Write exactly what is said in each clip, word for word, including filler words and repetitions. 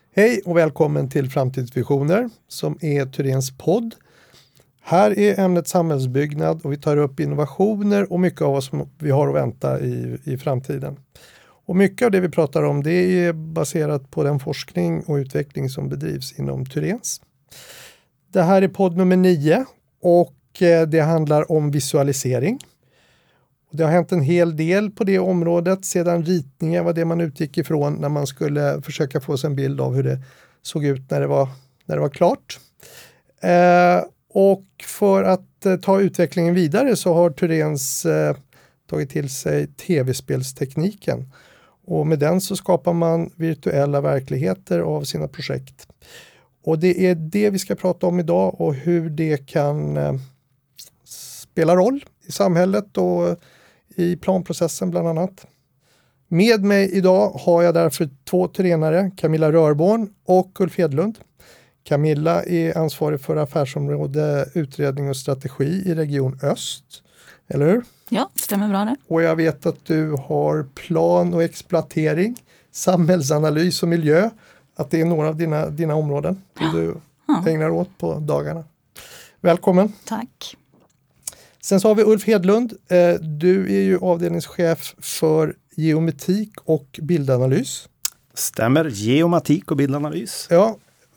Hej och välkommen till Framtidsvisioner som är Thyréns podd. Här är ämnet samhällsbyggnad och vi tar upp innovationer och mycket av vad som vi har att vänta i, i framtiden. Och mycket av det vi pratar om det är baserat på den forskning och utveckling som bedrivs inom Thyréns. Det här är podd nummer nio och det handlar om visualisering. Och det har hänt en hel del på det området sedan ritningen var det man utgick ifrån när man skulle försöka få sig en bild av hur det såg ut när det var, när det var klart. Eh, och för att eh, ta utvecklingen vidare så har Thyréns eh, tagit till sig tv-spelstekniken. Och med den så skapar man virtuella verkligheter av sina projekt. Och det är det vi ska prata om idag och hur det kan eh, spela roll i samhället och i planprocessen bland annat. Med mig idag har jag därför två tränare, Camilla Rörborn och Ulf Hedlund. Camilla är ansvarig för affärsområde, utredning och strategi i Region Öst. Eller hur? Ja, stämmer bra det. Och jag vet att du har plan och exploatering, samhällsanalys och miljö. Att det är några av dina, dina områden som du ja. ägnar åt på dagarna. Välkommen. Tack. Sen så har vi Ulf Hedlund. Du är ju avdelningschef för geometrik och bildanalys. Stämmer, geomatik och bildanalys. Ja,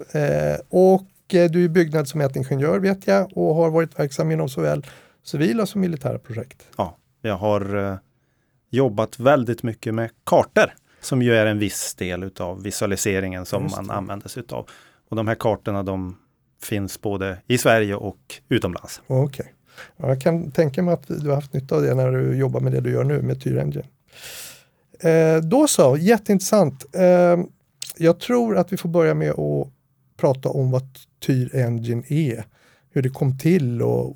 och du är byggnads- och mätingenjör vet jag och har varit verksam inom såväl civila som militära projekt. Ja, jag har jobbat väldigt mycket med kartor som ju är en viss del av visualiseringen som man använder sig av. Och de här kartorna de finns både i Sverige och utomlands. Okej. Okay. Ja, jag kan tänka mig att du har haft nytta av det när du jobbar med det du gör nu med Tyr Engine. Eh, då så, jätteintressant. Eh, jag tror att vi får börja med att prata om vad Tyr Engine är. Hur det kom till och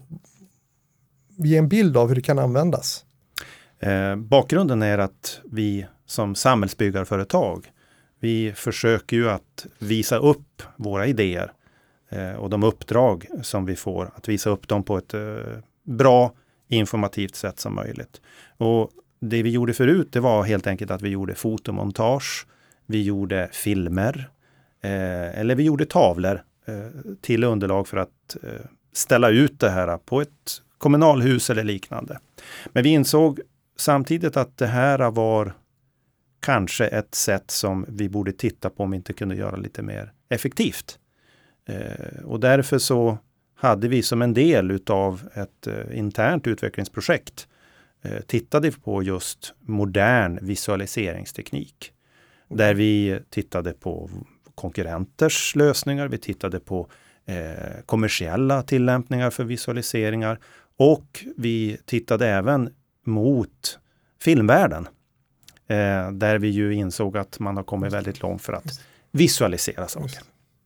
ge en bild av hur det kan användas. Eh, bakgrunden är att vi som samhällsbyggarföretag vi försöker ju att visa upp våra idéer och de uppdrag som vi får, att visa upp dem på ett eh, bra informativt sätt som möjligt. Och det vi gjorde förut det var helt enkelt att vi gjorde fotomontage, vi gjorde filmer eh, eller vi gjorde tavlor eh, till underlag för att eh, ställa ut det här på ett kommunalhus eller liknande. Men vi insåg samtidigt att det här var kanske ett sätt som vi borde titta på om vi inte kunde göra lite mer effektivt. Eh, och därför så hade vi som en del utav ett eh, internt utvecklingsprojekt eh, tittade på just modern visualiseringsteknik. Mm. Där vi tittade på konkurrenters lösningar, vi tittade på eh, kommersiella tillämpningar för visualiseringar och vi tittade även mot filmvärlden. Eh, där vi ju insåg att man har kommit väldigt långt för att visualisera saker.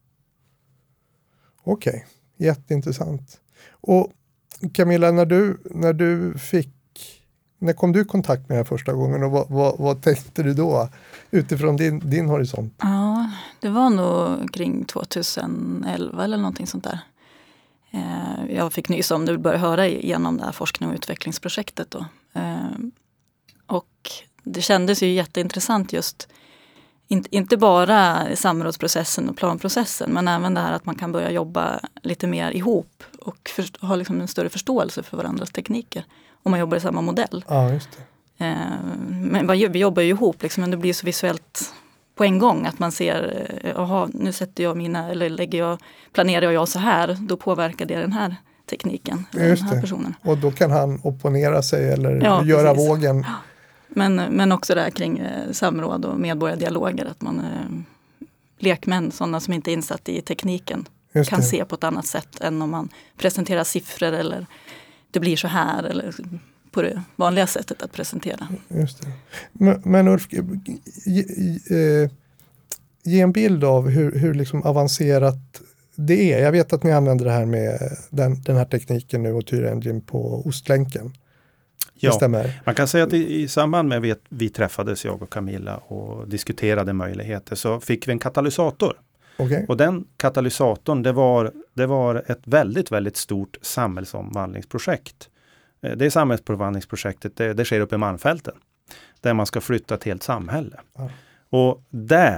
Okej, okay. Jätteintressant. Och Camilla, när du, när du fick, när kom du i kontakt med det här första gången och vad, vad, vad tänkte du då utifrån din, din horisont? Ja, det var nog kring tjugoelva eller någonting sånt där. Eh, jag fick nys om det och började höra igenom det här forskning- och utvecklingsprojektet då. Eh, och det kändes ju jätteintressant just inte bara samrådsprocessen och planprocessen men även det här att man kan börja jobba lite mer ihop och för, ha liksom en större förståelse för varandras tekniker om man jobbar i samma modell. Ja, just det. Eh, men vi jobbar ju ihop liksom, men det blir så visuellt på en gång att man ser, jaha, nu sätter jag mina, eller lägger jag, planerar jag så här, då påverkar det den här tekniken, just den här det. Personen. Och då kan han opponera sig eller ja, göra precis. vågen. Ja. Men, men också det här kring eh, samråd och medborgardialoger. Att man eh, lekmän, sådana som inte är insatt i tekniken, Just kan det. se på ett annat sätt än om man presenterar siffror eller det blir så här eller på det vanliga sättet att presentera. Just det. Men, men Ulf, ge, ge, ge en bild av hur, hur liksom avancerat det är. Jag vet att ni använder det här med den, den här tekniken nu och Tyr Engine på Ostlänken. Ja, man kan säga att i, i samband med att vi träffades, jag och Camilla, och diskuterade möjligheter så fick vi en katalysator. Okay. Och den katalysatorn, det var, det var ett väldigt, väldigt stort samhällsomvandlingsprojekt. Det samhällsomvandlingsprojektet, det, det sker uppe i Malmfälten. Där man ska flytta till ett samhälle. Ah. Och där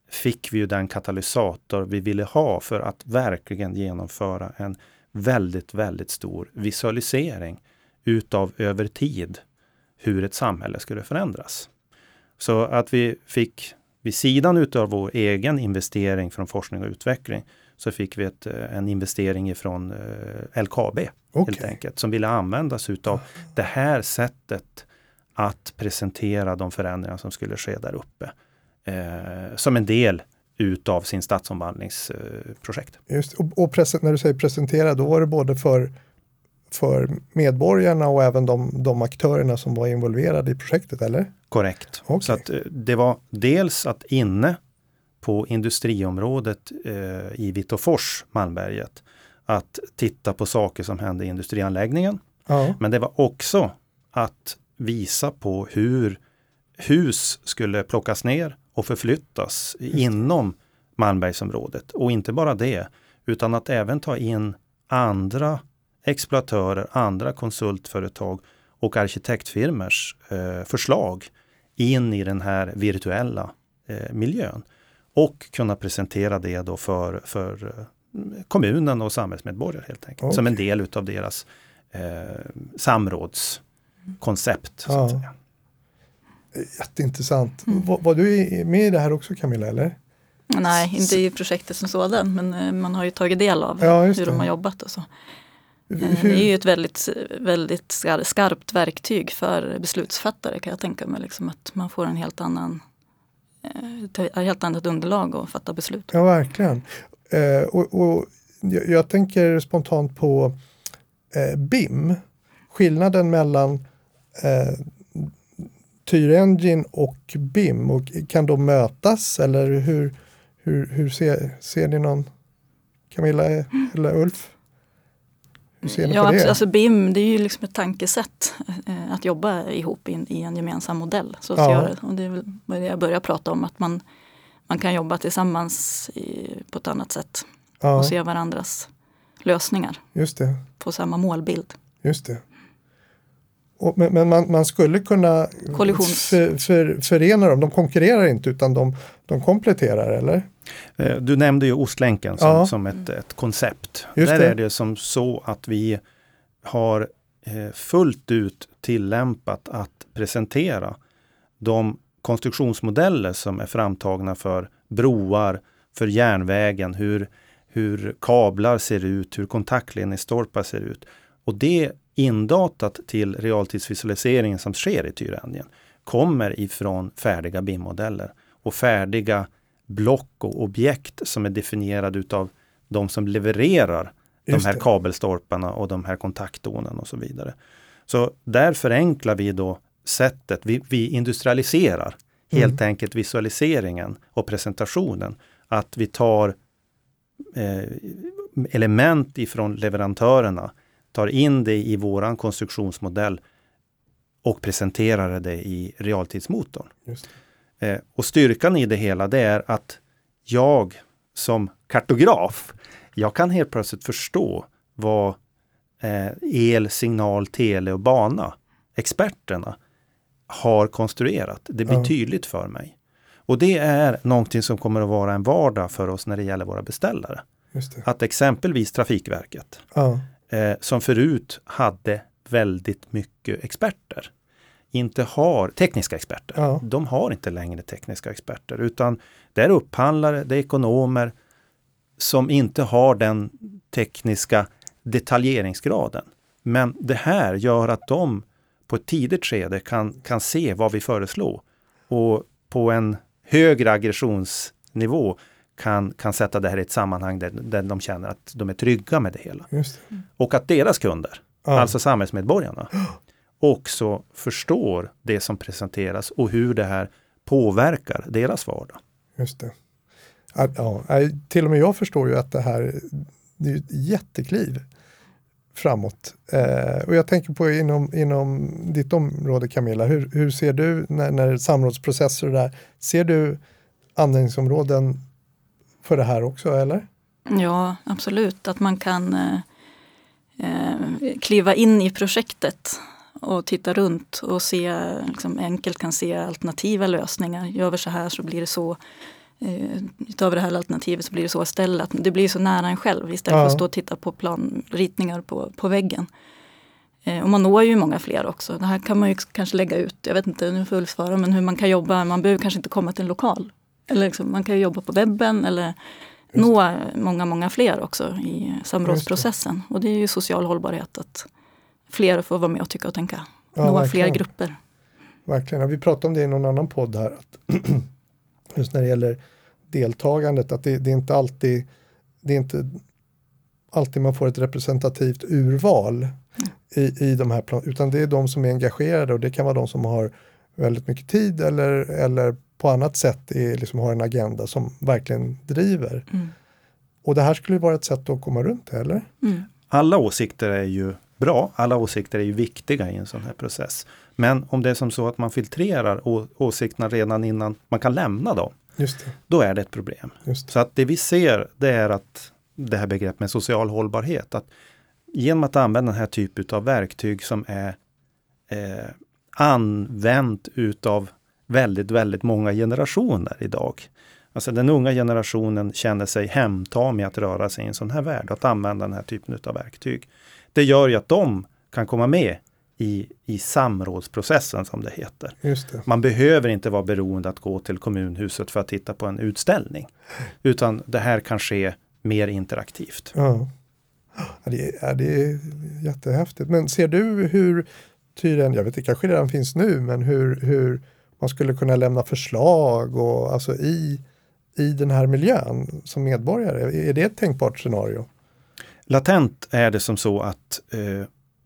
fick vi ju den katalysator vi ville ha för att verkligen genomföra en väldigt, väldigt stor visualisering utav över tid hur ett samhälle skulle förändras. Så att vi fick, vid sidan utav vår egen investering från forskning och utveckling, så fick vi ett, en investering ifrån eh, L K A B Okay. helt enkelt, som ville användas utav det här sättet att presentera de förändringar som skulle ske där uppe eh, som en del utav sin stadsomvandlingsprojekt. Eh, Just, och och presen- när du säger presentera, då var det både för, för medborgarna och även de, de aktörerna som var involverade i projektet, eller? Korrekt. Okay. Så att, eh, det var dels att inne på industriområdet eh, i Vitåfors, Malmberget, att titta på saker som hände i industrianläggningen. Ja. Men det var också att visa på hur hus skulle plockas ner och förflyttas inom Malmbergsområdet. Och inte bara det, utan att även ta in andra exploatörer, andra konsultföretag och arkitektfirmers eh, förslag in i den här virtuella eh, miljön. Och kunna presentera det då för, för eh, kommunen och samhällsmedborgare helt enkelt. Okay. Som en del utav deras eh, samrådskoncept. Så Ja. att säga. Jätteintressant. Mm. Var, var du med i det här också, Camilla, eller? Nej, inte i projektet som sådan, men eh, man har ju tagit del av Ja, just hur det. de har jobbat och så. Eh, Hur- Det är ju ett väldigt, väldigt skar- skarpt verktyg för beslutsfattare, kan jag tänka mig. Liksom att man får en helt annan, eh, ett helt annat underlag att fatta beslut. Ja, verkligen. Eh, och, och jag, jag tänker spontant på eh, B I M. Skillnaden mellan eh, TyrEngine och B I M. Och kan de mötas, eller hur, hur, hur ser, ser ni någon, Camilla eller Ulf? Hur ser ni Ja, på det? abs- alltså B I M, det är ju liksom ett tankesätt eh, att jobba ihop i, i en gemensam modell. Så Ja. ser jag det. Och det är väl vad jag börjar prata om, att man, man kan jobba tillsammans i, på ett annat sätt Ja, och se varandras lösningar just det. på samma målbild. Just det. Och, men men man, man skulle kunna Kollisions- för, för, förena dem. De konkurrerar inte, utan de, de kompletterar, eller? Eh, Du nämnde ju Ostlänken som, Ja. som ett, ett koncept. Just Där det. är det som så att vi har eh, fullt ut tillämpat att presentera de konstruktionsmodeller som är framtagna för broar, för järnvägen, hur, hur kablar ser ut, hur kontaktledningsstolpar ser ut. Och det indatat till realtidsvisualiseringen som sker i TyrEngine kommer ifrån färdiga B I M-modeller och färdiga block och objekt som är definierade utav de som levererar Just de här det. kabelstolparna och de här kontaktdonen och så vidare. Så där förenklar vi då sättet, vi, vi industrialiserar helt Mm. enkelt visualiseringen och presentationen. Att vi tar eh, element ifrån leverantörerna, tar in det i våran konstruktionsmodell och presenterar det i realtidsmotorn. Just Eh, och styrkan i det hela, det är att jag som kartograf, jag kan helt plötsligt förstå vad eh, el, signal, tele och bana, experterna, har konstruerat. Det blir Ja. tydligt för mig. Och det är någonting som kommer att vara en vardag för oss när det gäller våra beställare. Just det. Att exempelvis Trafikverket, Ja. eh, som förut hade väldigt mycket experter, inte har tekniska experter. Ja. De har inte längre tekniska experter, utan det är upphandlare, det är ekonomer som inte har den tekniska detaljeringsgraden. Men det här gör att de på ett tidigt skede kan, kan se vad vi föreslår och på en högre aggressionsnivå kan, kan sätta det här i ett sammanhang där, där de känner att de är trygga med det hela. Just det. Och att deras kunder, Ja. alltså samhällsmedborgarna, också förstår det som presenteras och hur det här påverkar deras vardag. Just det. Ja, ja, nej, till och med jag förstår ju att det här det är ett jättekliv framåt. Eh, och jag tänker på inom, inom ditt område, Camilla, hur, hur ser du när, när samrådsprocesser och det där, ser du användningsområden för det här också, eller? Ja, absolut. Att man kan eh, eh, kliva in i projektet och titta runt och se, liksom, enkelt kan se alternativa lösningar. Gör vi så här så blir det så. eh, utöver det här alternativet så blir det så istället att det blir så nära en själv istället Ja. för att stå och titta på planritningar på, på väggen. Eh, och man når ju många fler också. Det här kan man ju kanske lägga ut, jag vet inte nu får Ulf svara, men hur man kan jobba, man behöver kanske inte komma till en lokal. Eller liksom, man kan ju jobba på webben eller nå många, många fler också i samrådsprocessen. Och det är ju social hållbarhet att fler får vara med och tycka och tänka. Ja, nå verkligen. fler grupper. Verkligen. Ja, vi pratade om det i någon annan podd här. Att just när det gäller deltagandet, att det, det är inte alltid det är inte alltid man får ett representativt urval mm. i, i de här planerna, utan det är de som är engagerade och det kan vara de som har väldigt mycket tid eller, eller på annat sätt är, liksom, har en agenda som verkligen driver. Mm. Och det här skulle vara ett sätt att komma runt det, eller? Mm. Alla åsikter är ju bra, alla åsikter är ju viktiga i en sån här process. Men om det är som så att man filtrerar å- åsikterna redan innan man kan lämna dem, Just det. då är det ett problem. Just det. Så att det vi ser, det är att det här begreppet med social hållbarhet, att genom att använda den här typen av verktyg som är eh, använt utav väldigt, väldigt många generationer idag. Alltså den unga generationen känner sig hemta med att röra sig i en sån här värld, att använda den här typen av verktyg. Det gör ju att de kan komma med i, i samrådsprocessen som det heter. Just det. Man behöver inte vara beroende att gå till kommunhuset för att titta på en utställning. Utan det här kan ske mer interaktivt. Ja. Ja, det, är, ja, det är jättehäftigt. Men ser du hur tydligen, jag vet det kanske redan finns nu, men hur, hur man skulle kunna lämna förslag och alltså i, i den här miljön som medborgare? Är det ett tänkbart scenario? Latent är det som så att eh,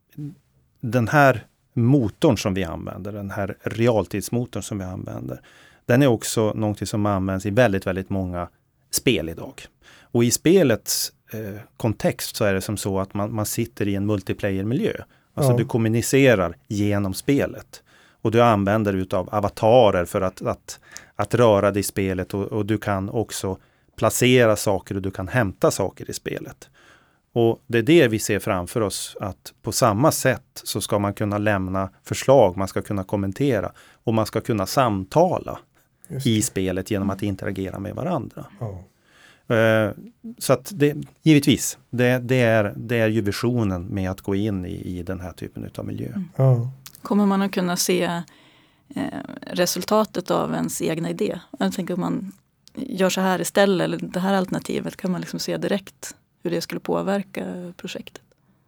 den här motorn som vi använder, den här realtidsmotorn som vi använder, den är också någonting som används i väldigt, väldigt många spel idag. Och i spelets eh, kontext så är det som så att man, man sitter i en multiplayer-miljö. Alltså Ja. du kommunicerar genom spelet. Och du använder utav avatarer för att, att, att röra dig i spelet. Och, och du kan också placera saker och du kan hämta saker i spelet. Och det är det vi ser framför oss, att på samma sätt så ska man kunna lämna förslag, man ska kunna kommentera och man ska kunna samtala i spelet genom att interagera med varandra. Ja. Uh, så att det, givetvis, det, det, är, det är ju visionen med att gå in i, i den här typen av miljö. Mm. Ja. Kommer man att kunna se eh, resultatet av ens egna idé? Jag tänker om man gör så här istället, eller det här alternativet, kan man liksom se direkt hur det skulle påverka projektet?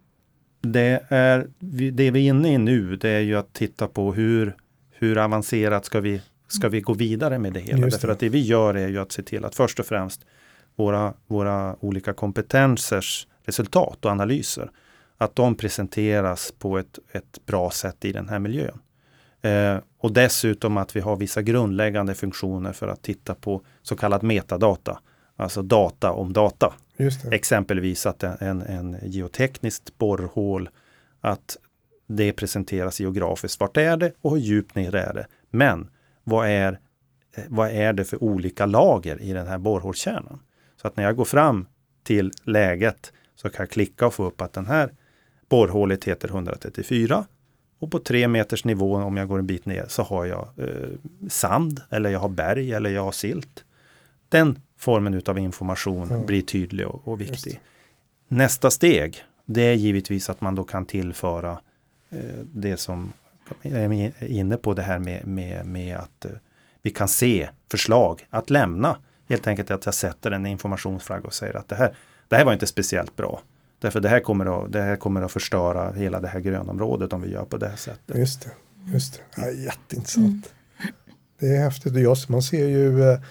Det, är, det vi är inne i nu, det är ju att titta på hur, hur avancerat ska vi, ska vi gå vidare med det hela. Därför att det vi gör är ju att se till att först och främst våra, våra olika kompetensers resultat och analyser, att de presenteras på ett, ett bra sätt i den här miljön. Eh, och dessutom att vi har vissa grundläggande funktioner för att titta på så kallad metadata, alltså data om data. Just det. Exempelvis att en, en geotekniskt borrhål, att det presenteras geografiskt. Vart är det och hur djupt ner är det? Men vad är, vad är det för olika lager i den här borrhålskärnan? Så att när jag går fram till läget så kan jag klicka och få upp att den här borrhålet heter etthundratrettiofyra. Och på tre meters nivå, om jag går en bit ner, så har jag eh, sand, eller jag har berg, eller jag har silt. Den formen av information mm. blir tydlig och, och viktig. Nästa steg, det är givetvis att man då kan tillföra eh, det som är inne på, det här med, med, med att eh, vi kan se förslag att lämna. Helt enkelt att jag sätter en informationsflagg och säger att det här, det här var inte speciellt bra. Därför det här kommer att, det här kommer att förstöra hela det här grönområdet om vi gör på det här sättet. Just det, just det. Ja, jätteintressant. Mm. Det är häftigt. Och jag, man ser ju eh,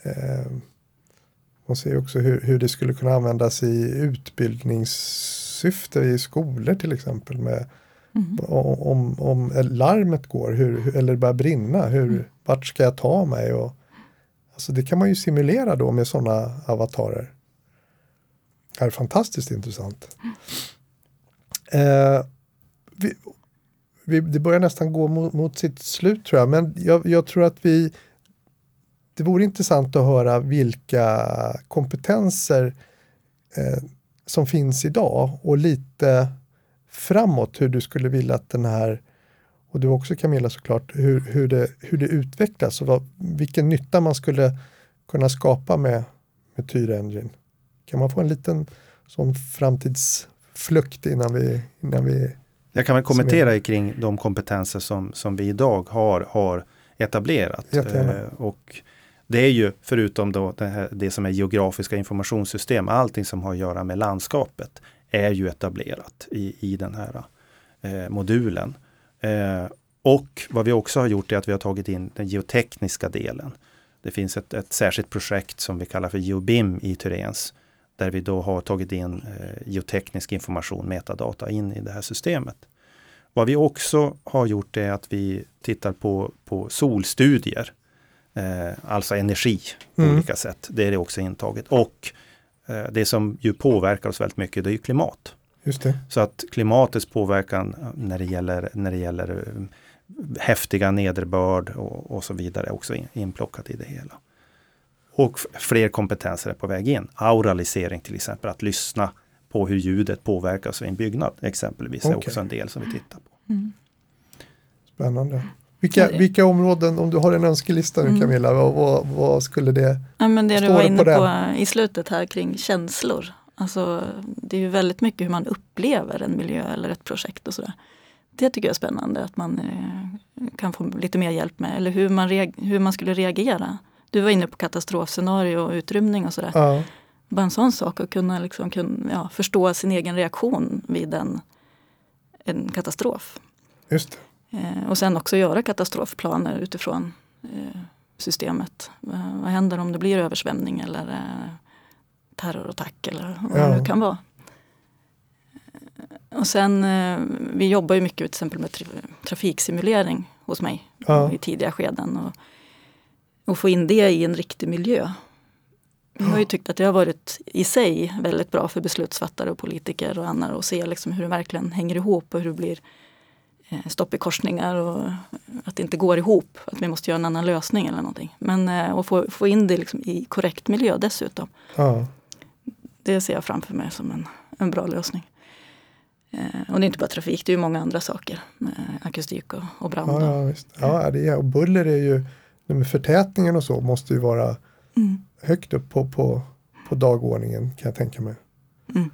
man ser också hur, hur det skulle kunna användas i utbildningssyfte i skolor till exempel. Med, mm. om, om larmet går hur, eller börjar brinna, hur, mm. vart ska jag ta mig? Och, alltså det kan man ju simulera då med sådana avatarer. Det är fantastiskt intressant. Eh, vi, vi, det börjar nästan gå mot, mot sitt slut tror jag. Men jag, jag tror att vi det vore intressant att höra vilka kompetenser eh, som finns idag och lite framåt hur du skulle vilja att den här, och du också Camilla såklart, hur, hur, det, hur det utvecklas och vad, vilken nytta man skulle kunna skapa med, med Tyra Engine? Kan man få en liten sån framtidsflukt innan vi... Innan vi Jag kan väl kommentera kring de kompetenser som, som vi idag har, har etablerat. Eh, och det är ju förutom då det, här, det som är geografiska informationssystem, allting som har att göra med landskapet är ju etablerat i, i den här eh, modulen. Eh, och vad vi också har gjort är att vi har tagit in den geotekniska delen. Det finns ett, ett särskilt projekt som vi kallar för GeoBIM i Tyréns, där vi då har tagit in eh, geoteknisk information, metadata in i det här systemet. Vad vi också har gjort är att vi tittar på, på solstudier, eh, alltså energi på mm. olika sätt. Det är det också intaget. Och eh, det som ju påverkar oss väldigt mycket, det är ju klimat. Just det. Så att klimatets påverkan när det gäller, när det gäller häftiga nederbörd och, och så vidare är också in, inplockat i det hela. Och fler kompetenser är på väg in. Auralisering till exempel, att lyssna på hur ljudet påverkas i en byggnad exempelvis, okay. är också en del som vi tittar på. Mm. Spännande. Vilka, vilka områden, om du har en önskelista nu Camilla, mm. vad, vad, vad skulle det ja, men det du var inne på, på i slutet här kring känslor. Alltså, det är ju väldigt mycket hur man upplever en miljö eller ett projekt och sådär. Det tycker jag är spännande att man eh, kan få lite mer hjälp med. Eller hur man, reag- hur man skulle reagera. Du var inne på katastrofscenario och utrymning och sådär. Ja. Bara en sån sak att kunna, liksom, kunna ja, förstå sin egen reaktion vid en, en katastrof. Just det. Eh, och sen också göra katastrofplaner utifrån eh, systemet. Eh, vad händer om det blir översvämning eller eh, terrorattack eller vad ja. det nu kan vara. Och sen, eh, vi jobbar ju mycket till exempel med tra- trafiksimulering hos mig ja. i tidiga skeden. Och, och få in det i en riktig miljö. Vi har ju tyckt att det har varit i sig väldigt bra för beslutsfattare och politiker och andra att se liksom hur det verkligen hänger ihop och hur det blir eh, stopp i korsningar och att det inte går ihop, att vi måste göra en annan lösning eller någonting. Men eh, att få, få in det liksom i korrekt miljö dessutom. Ja. Det ser jag framför mig som en, en bra lösning. Eh, och det är inte bara trafik, det är ju många andra saker med akustik och, och brand. Ja, ja, visst. Ja, det är, och buller är ju, med förtätningen och så måste ju vara mm. högt upp på, på, på dagordningen, kan jag tänka mig. Mm.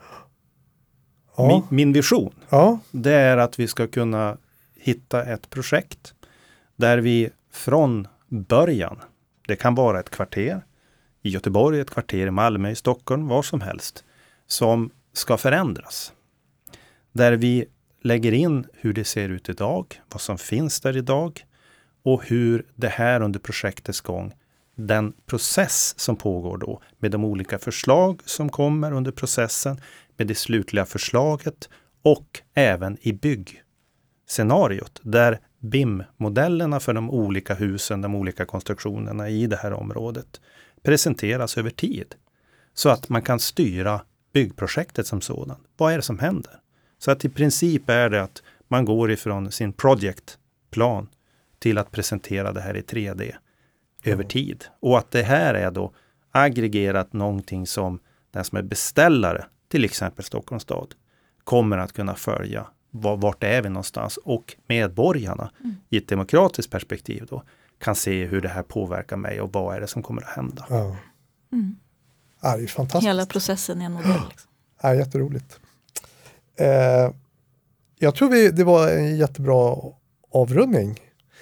Ja. Min, min vision, ja. det är att vi ska kunna hitta ett projekt där vi från början, det kan vara ett kvarter i Göteborg, ett kvarter i Malmö, i Stockholm, var som helst, som ska förändras. Där vi lägger in hur det ser ut idag, vad som finns där idag och hur det här under projektets gång, den process som pågår då med de olika förslag som kommer under processen, med det slutliga förslaget och även i byggscenariot där B I M-modellerna för de olika husen, de olika konstruktionerna i det här området presenteras över tid. Så att man kan styra byggprojektet som sådan. Vad är det som händer? Så att i princip är det att man går ifrån sin projektplan till att presentera det här i tre D över tid. Och att det här är då aggregerat någonting som den som är beställare, till exempel Stockholms stad, kommer att kunna följa. Vart är vi någonstans? Och medborgarna mm. i ett demokratiskt perspektiv då kan se hur det här påverkar mig och vad är det som kommer att hända. Ja. Mm. Ja, det är fantastiskt. Hela processen är en modell. Liksom. Ja, jätteroligt. Eh, jag tror vi, det var en jättebra avrundning.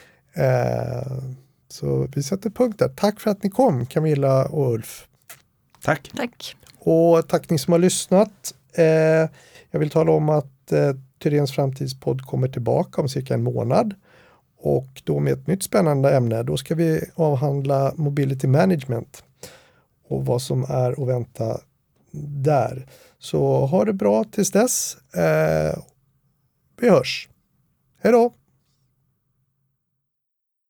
Eh, så vi sätter punkt där. Tack för att ni kom, Camilla och Ulf. Tack. Tack. Och tack ni som har lyssnat. Eh, jag vill tala om att eh, Tyréns framtidspodd kommer tillbaka om cirka en månad. Och då med ett nytt spännande ämne. Då ska vi avhandla mobility management. Och vad som är att vänta där. Så ha det bra tills dess. Eh, vi hörs. Hej då!